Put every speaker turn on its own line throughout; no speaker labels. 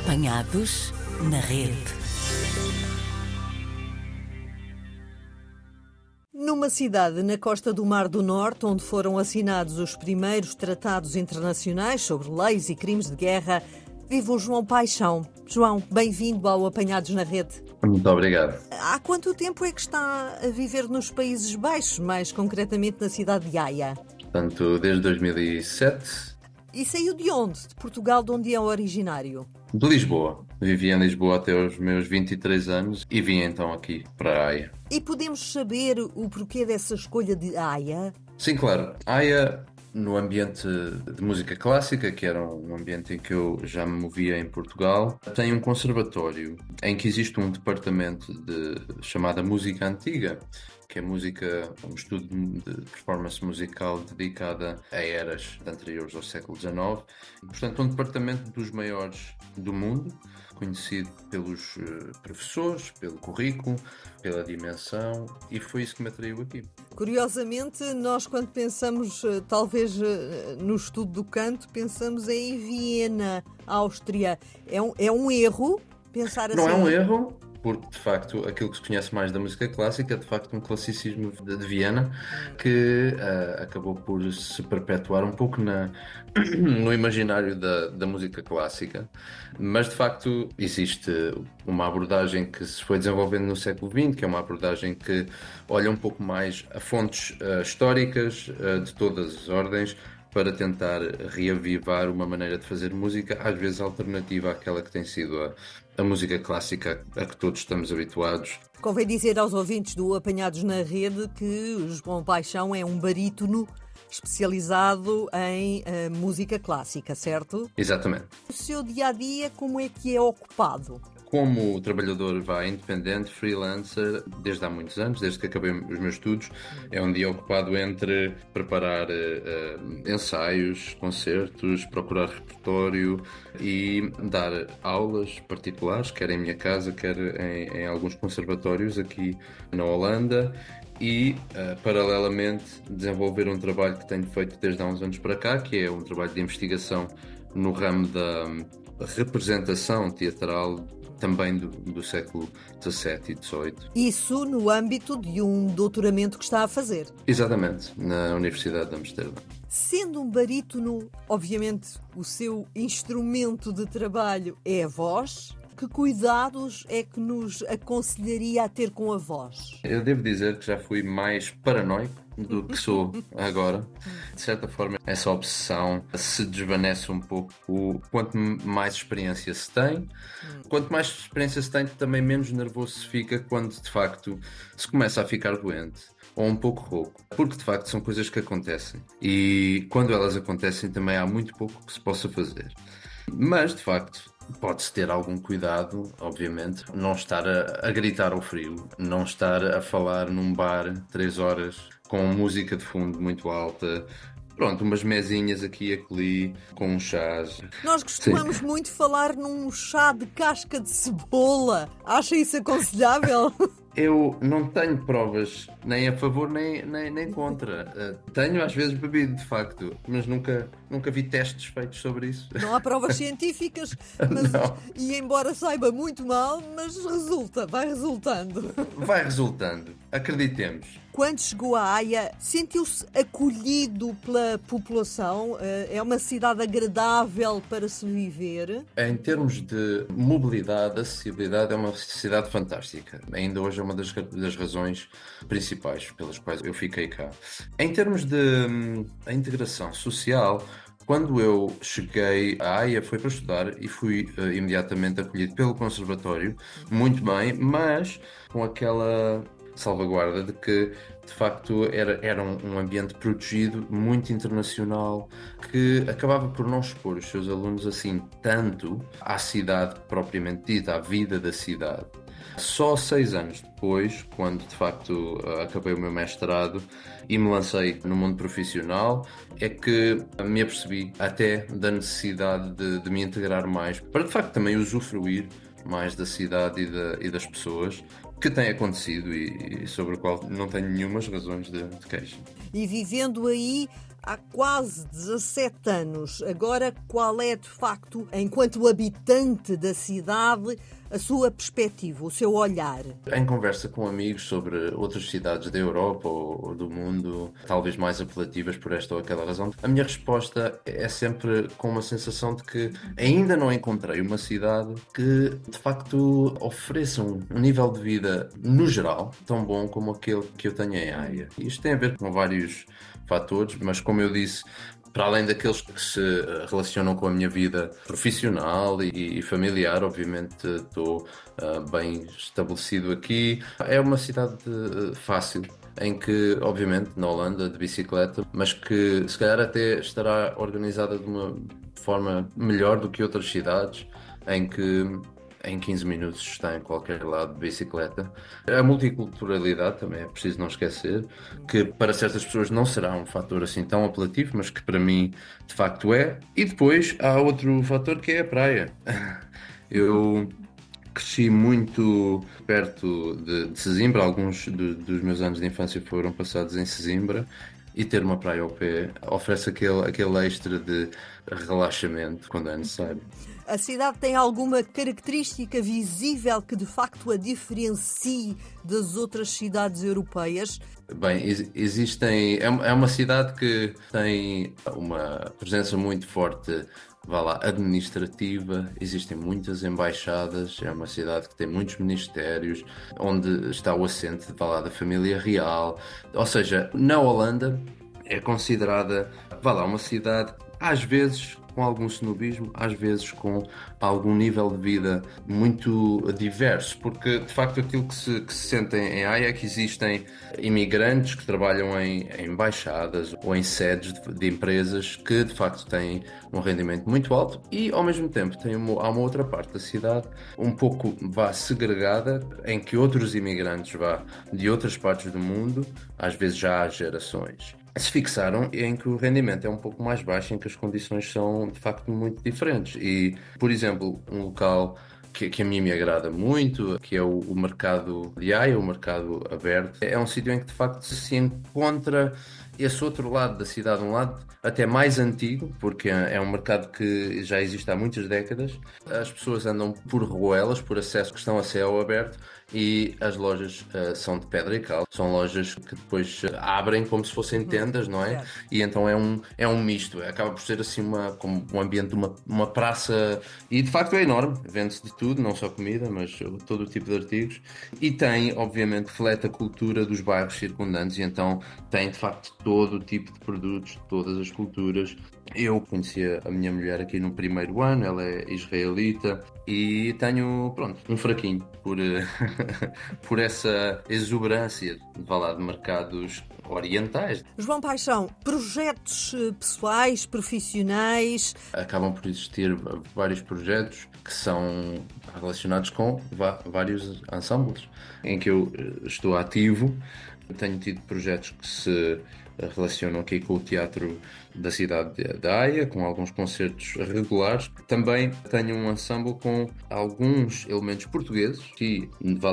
Apanhados na rede.
Numa cidade na costa do Mar do Norte, onde foram assinados os primeiros tratados internacionais sobre leis e crimes de guerra, vive o João Paixão. João, bem-vindo ao Apanhados na Rede.
Muito obrigado.
Há quanto tempo é que está a viver nos Países Baixos, mais concretamente na cidade de Haia?
Portanto, desde 2007.
E saiu de onde? De Portugal, de onde é originário?
De Lisboa. Vivi em Lisboa até os meus 23 anos e vim então aqui para a Haia.
E podemos saber o porquê dessa escolha de Haia?
Sim, claro. Haia, no ambiente de música clássica, que era um ambiente em que eu já me movia em Portugal, tem um conservatório em que existe um departamento chamada Música Antiga, que é música, um estudo de performance musical dedicada a eras anteriores ao século XIX. Portanto, um departamento dos maiores do mundo, conhecido pelos professores, pelo currículo, pela dimensão, e foi isso que me atraiu aqui.
Curiosamente, nós quando pensamos, talvez no estudo do canto, pensamos em Viena, Áustria. É um erro pensar assim?
Não é um erro, porque de facto aquilo que se conhece mais da música clássica é de facto um classicismo de Viena que acabou por se perpetuar um pouco no imaginário da música clássica, mas de facto existe uma abordagem que se foi desenvolvendo no século XX, que é uma abordagem que olha um pouco mais a fontes históricas de todas as ordens, para tentar reavivar uma maneira de fazer música, às vezes alternativa àquela que tem sido a música clássica a que todos estamos habituados.
Convém dizer aos ouvintes do Apanhados na Rede que o João Paixão é um barítono especializado em música clássica, certo?
Exatamente.
O seu dia-a-dia, como é que é ocupado?
Como trabalhador independente, freelancer, desde há muitos anos, desde que acabei os meus estudos, é um dia ocupado entre preparar ensaios, concertos, procurar repertório e dar aulas particulares, quer em minha casa, quer em alguns conservatórios aqui na Holanda. E, paralelamente, desenvolver um trabalho que tenho feito desde há uns anos para cá, que é um trabalho de investigação no ramo da representação teatral também do século XVII e XVIII.
Isso no âmbito de um doutoramento que está a fazer.
Exatamente, na Universidade de Amsterdão.
Sendo um barítono, obviamente o seu instrumento de trabalho é a voz. Que cuidados é que nos aconselharia a ter com a voz?
Eu devo dizer que já fui mais paranoico do que sou agora. De certa forma, essa obsessão se desvanece um pouco. Quanto mais experiência se tem, quanto mais experiência se tem, também menos nervoso se fica quando, de facto, se começa a ficar doente ou um pouco rouco. Porque, de facto, são coisas que acontecem. E quando elas acontecem, também há muito pouco que se possa fazer. Mas, de facto, pode-se ter algum cuidado, obviamente, não estar a gritar ao frio, não estar a falar num bar 3 horas com música de fundo muito alta. Pronto, umas mesinhas aqui e ali, com um chás.
Nós costumamos muito falar num chá de casca de cebola. Acha isso aconselhável?
Eu não tenho provas nem a favor nem contra. Tenho às vezes bebido, de facto, mas nunca vi testes feitos sobre isso.
Não há provas científicas, mas, e embora saiba muito mal, mas vai resultando.
Vai resultando, acreditemos.
Quando chegou a Haia, sentiu-se acolhido pela população? É uma cidade agradável para se viver?
Em termos de mobilidade, acessibilidade, é uma cidade fantástica. Ainda hoje é uma das razões principais pelas quais eu fiquei cá. Em termos de integração social, quando eu cheguei à Haia foi para estudar e fui imediatamente acolhido pelo conservatório, muito bem, mas com aquela salvaguarda de que de facto era um ambiente protegido, muito internacional, que acabava por não expor os seus alunos assim tanto à cidade propriamente dita, à vida da cidade. Só 6 anos depois, quando de facto acabei o meu mestrado e me lancei no mundo profissional, é que me apercebi até da necessidade de me integrar mais, para de facto também usufruir mais da cidade e das pessoas, que tem acontecido e sobre o qual não tenho nenhumas razões de queixa.
E vivendo aí, há quase 17 anos. Agora, qual é, de facto, enquanto habitante da cidade, a sua perspectiva, o seu olhar?
Em conversa com amigos sobre outras cidades da Europa ou do mundo, talvez mais apelativas por esta ou aquela razão, a minha resposta é sempre com uma sensação de que ainda não encontrei uma cidade que, de facto, ofereça um nível de vida, no geral, tão bom como aquele que eu tenho em Haia. Isto tem a ver com vários fatores, mas como eu disse, para além daqueles que se relacionam com a minha vida profissional e familiar, obviamente estou bem estabelecido aqui. É uma cidade fácil, em que, obviamente, na Holanda, de bicicleta, mas que se calhar até estará organizada de uma forma melhor do que outras cidades, em que em 15 minutos está em qualquer lado de bicicleta. A multiculturalidade também é preciso não esquecer, que para certas pessoas não será um fator assim tão apelativo, mas que para mim de facto é. E depois há outro fator que é a praia. Eu cresci muito perto de Sesimbra, alguns dos meus anos de infância foram passados em Sesimbra, e ter uma praia ao pé oferece aquele extra de relaxamento quando é necessário.
A cidade tem alguma característica visível que de facto a diferencie das outras cidades europeias?
Bem, existem. É uma cidade que tem uma presença muito forte, vá lá, administrativa. Existem muitas embaixadas. É uma cidade que tem muitos ministérios, onde está o assento, vá lá, da família real. Ou seja, na Holanda é considerada, vá lá, uma cidade, às vezes com algum snobismo, às vezes com algum nível de vida muito diverso, porque de facto aquilo que se sente em Haia é que existem imigrantes que trabalham em embaixadas ou em sedes de empresas que de facto têm um rendimento muito alto e ao mesmo tempo há uma outra parte da cidade um pouco segregada, em que outros imigrantes de outras partes do mundo, às vezes já há gerações, se fixaram em que o rendimento é um pouco mais baixo, em que as condições são de facto muito diferentes. E, por exemplo, um local que a mim me agrada muito, que é o mercado de Haia, o mercado aberto, é um sítio em que de facto se encontra esse outro lado da cidade, um lado até mais antigo, porque é um mercado que já existe há muitas décadas. As pessoas andam por ruelas, por acesso que estão a céu aberto, e as lojas são de pedra e cal. São lojas que depois abrem como se fossem tendas, não é? E então é um misto. Acaba por ser assim como um ambiente de uma praça, e de facto é enorme. Vende-se de tudo, não só comida, mas todo o tipo de artigos. E tem, obviamente, reflete a cultura dos bairros circundantes, e então tem de facto todo o tipo de produtos, de todas as culturas. Eu conheci a minha mulher aqui no primeiro ano, ela é israelita, e tenho, pronto, um fraquinho por essa exuberância de mercados orientais.
João Paixão, projetos pessoais, profissionais?
Acabam por existir vários projetos que são relacionados com vários ensembles em que eu estou ativo. Tenho tido projetos que se relacionam aqui com o teatro da cidade de Haia, com alguns concertos regulares. Também tenho um ensemble com alguns elementos portugueses e,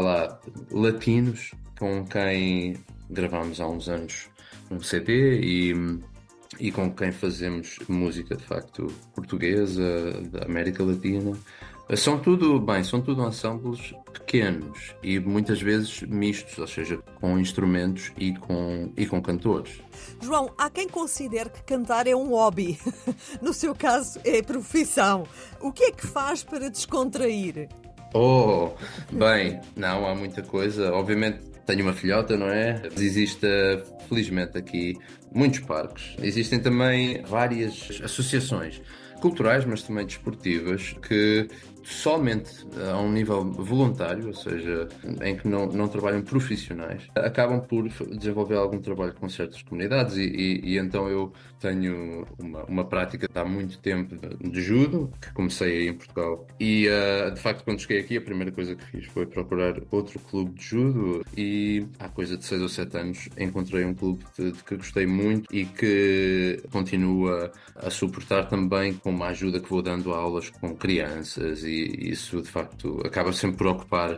latinos, com quem gravámos há uns anos um CD e com quem fazemos música, de facto, portuguesa, da América Latina. São tudo ensembles pequenos e muitas vezes mistos, ou seja, com instrumentos e com cantores.
João, há quem considere que cantar é um hobby. No seu caso, é profissão. O que é que faz para descontrair?
Não, há muita coisa. Obviamente tenho uma filhota, não é? Existe, felizmente, aqui muitos parques. Existem também várias associações culturais, mas também desportivas, que somente a um nível voluntário, ou seja, em que não trabalham profissionais, acabam por desenvolver algum trabalho com certas comunidades e então eu tenho uma prática de há muito tempo de judo, que comecei aí em Portugal, e de facto quando cheguei aqui a primeira coisa que fiz foi procurar outro clube de judo, e há coisa de 6 ou 7 anos encontrei um clube de que gostei muito e que continua a suportar também com uma ajuda que vou dando a aulas com crianças, e isso de facto acaba sempre por ocupar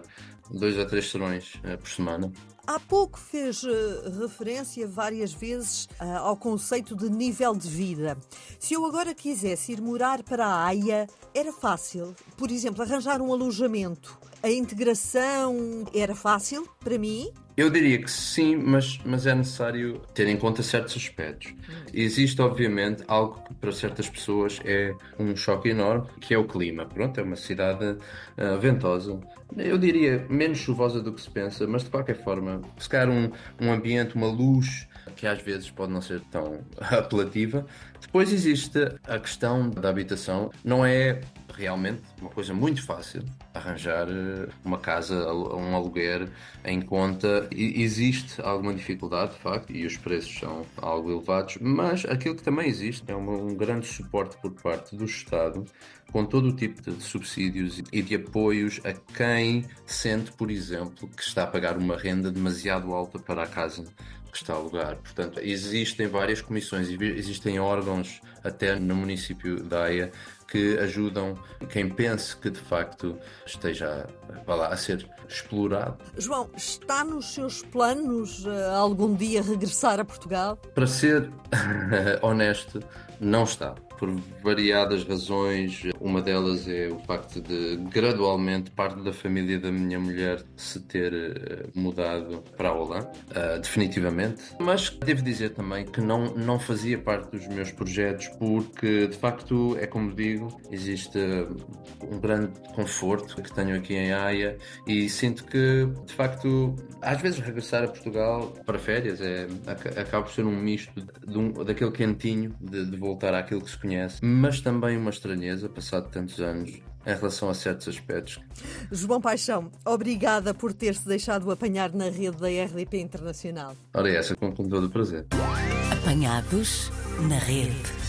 2 a 3 serões por semana.
Há pouco fez referência várias vezes ao conceito de nível de vida. Se eu agora quisesse ir morar para a Haia, era fácil? Por exemplo, arranjar um alojamento. A integração era fácil para mim?
Eu diria que sim, mas é necessário ter em conta certos aspectos. Existe, obviamente, algo que para certas pessoas é um choque enorme, que é o clima. Pronto, é uma cidade ventosa. Eu diria menos chuvosa do que se pensa, mas de qualquer forma, se calhar um ambiente, uma luz que às vezes pode não ser tão apelativa. Depois existe a questão da habitação. Não é realmente uma coisa muito fácil arranjar uma casa, um aluguer em conta. Existe alguma dificuldade, de facto, e os preços são algo elevados, mas aquilo que também existe é um grande suporte por parte do Estado, com todo o tipo de subsídios e de apoios a quem sente, por exemplo, que está a pagar uma renda demasiado alta para a casa que está a alugar. Portanto, existem várias comissões, existem órgãos até no município da Haia que ajudam quem pense que de facto esteja a ser explorado.
João, está nos seus planos algum dia regressar a Portugal?
Para ser honesto, não está. Por variadas razões. Uma delas é o facto de, gradualmente, parte da família da minha mulher se ter mudado para a Holanda, definitivamente. Mas devo dizer também que não fazia parte dos meus projetos porque, de facto, é como digo, existe um grande conforto que tenho aqui em Haia e sinto que, de facto, às vezes regressar a Portugal para férias acaba por ser um misto daquele quentinho de voltar àquilo que se conhece, mas também uma estranheza, passado tantos anos, em relação a certos aspectos.
João Paixão, obrigada por ter-se deixado apanhar na rede da RDP Internacional.
Ora, essa com todo o prazer.
Apanhados na rede.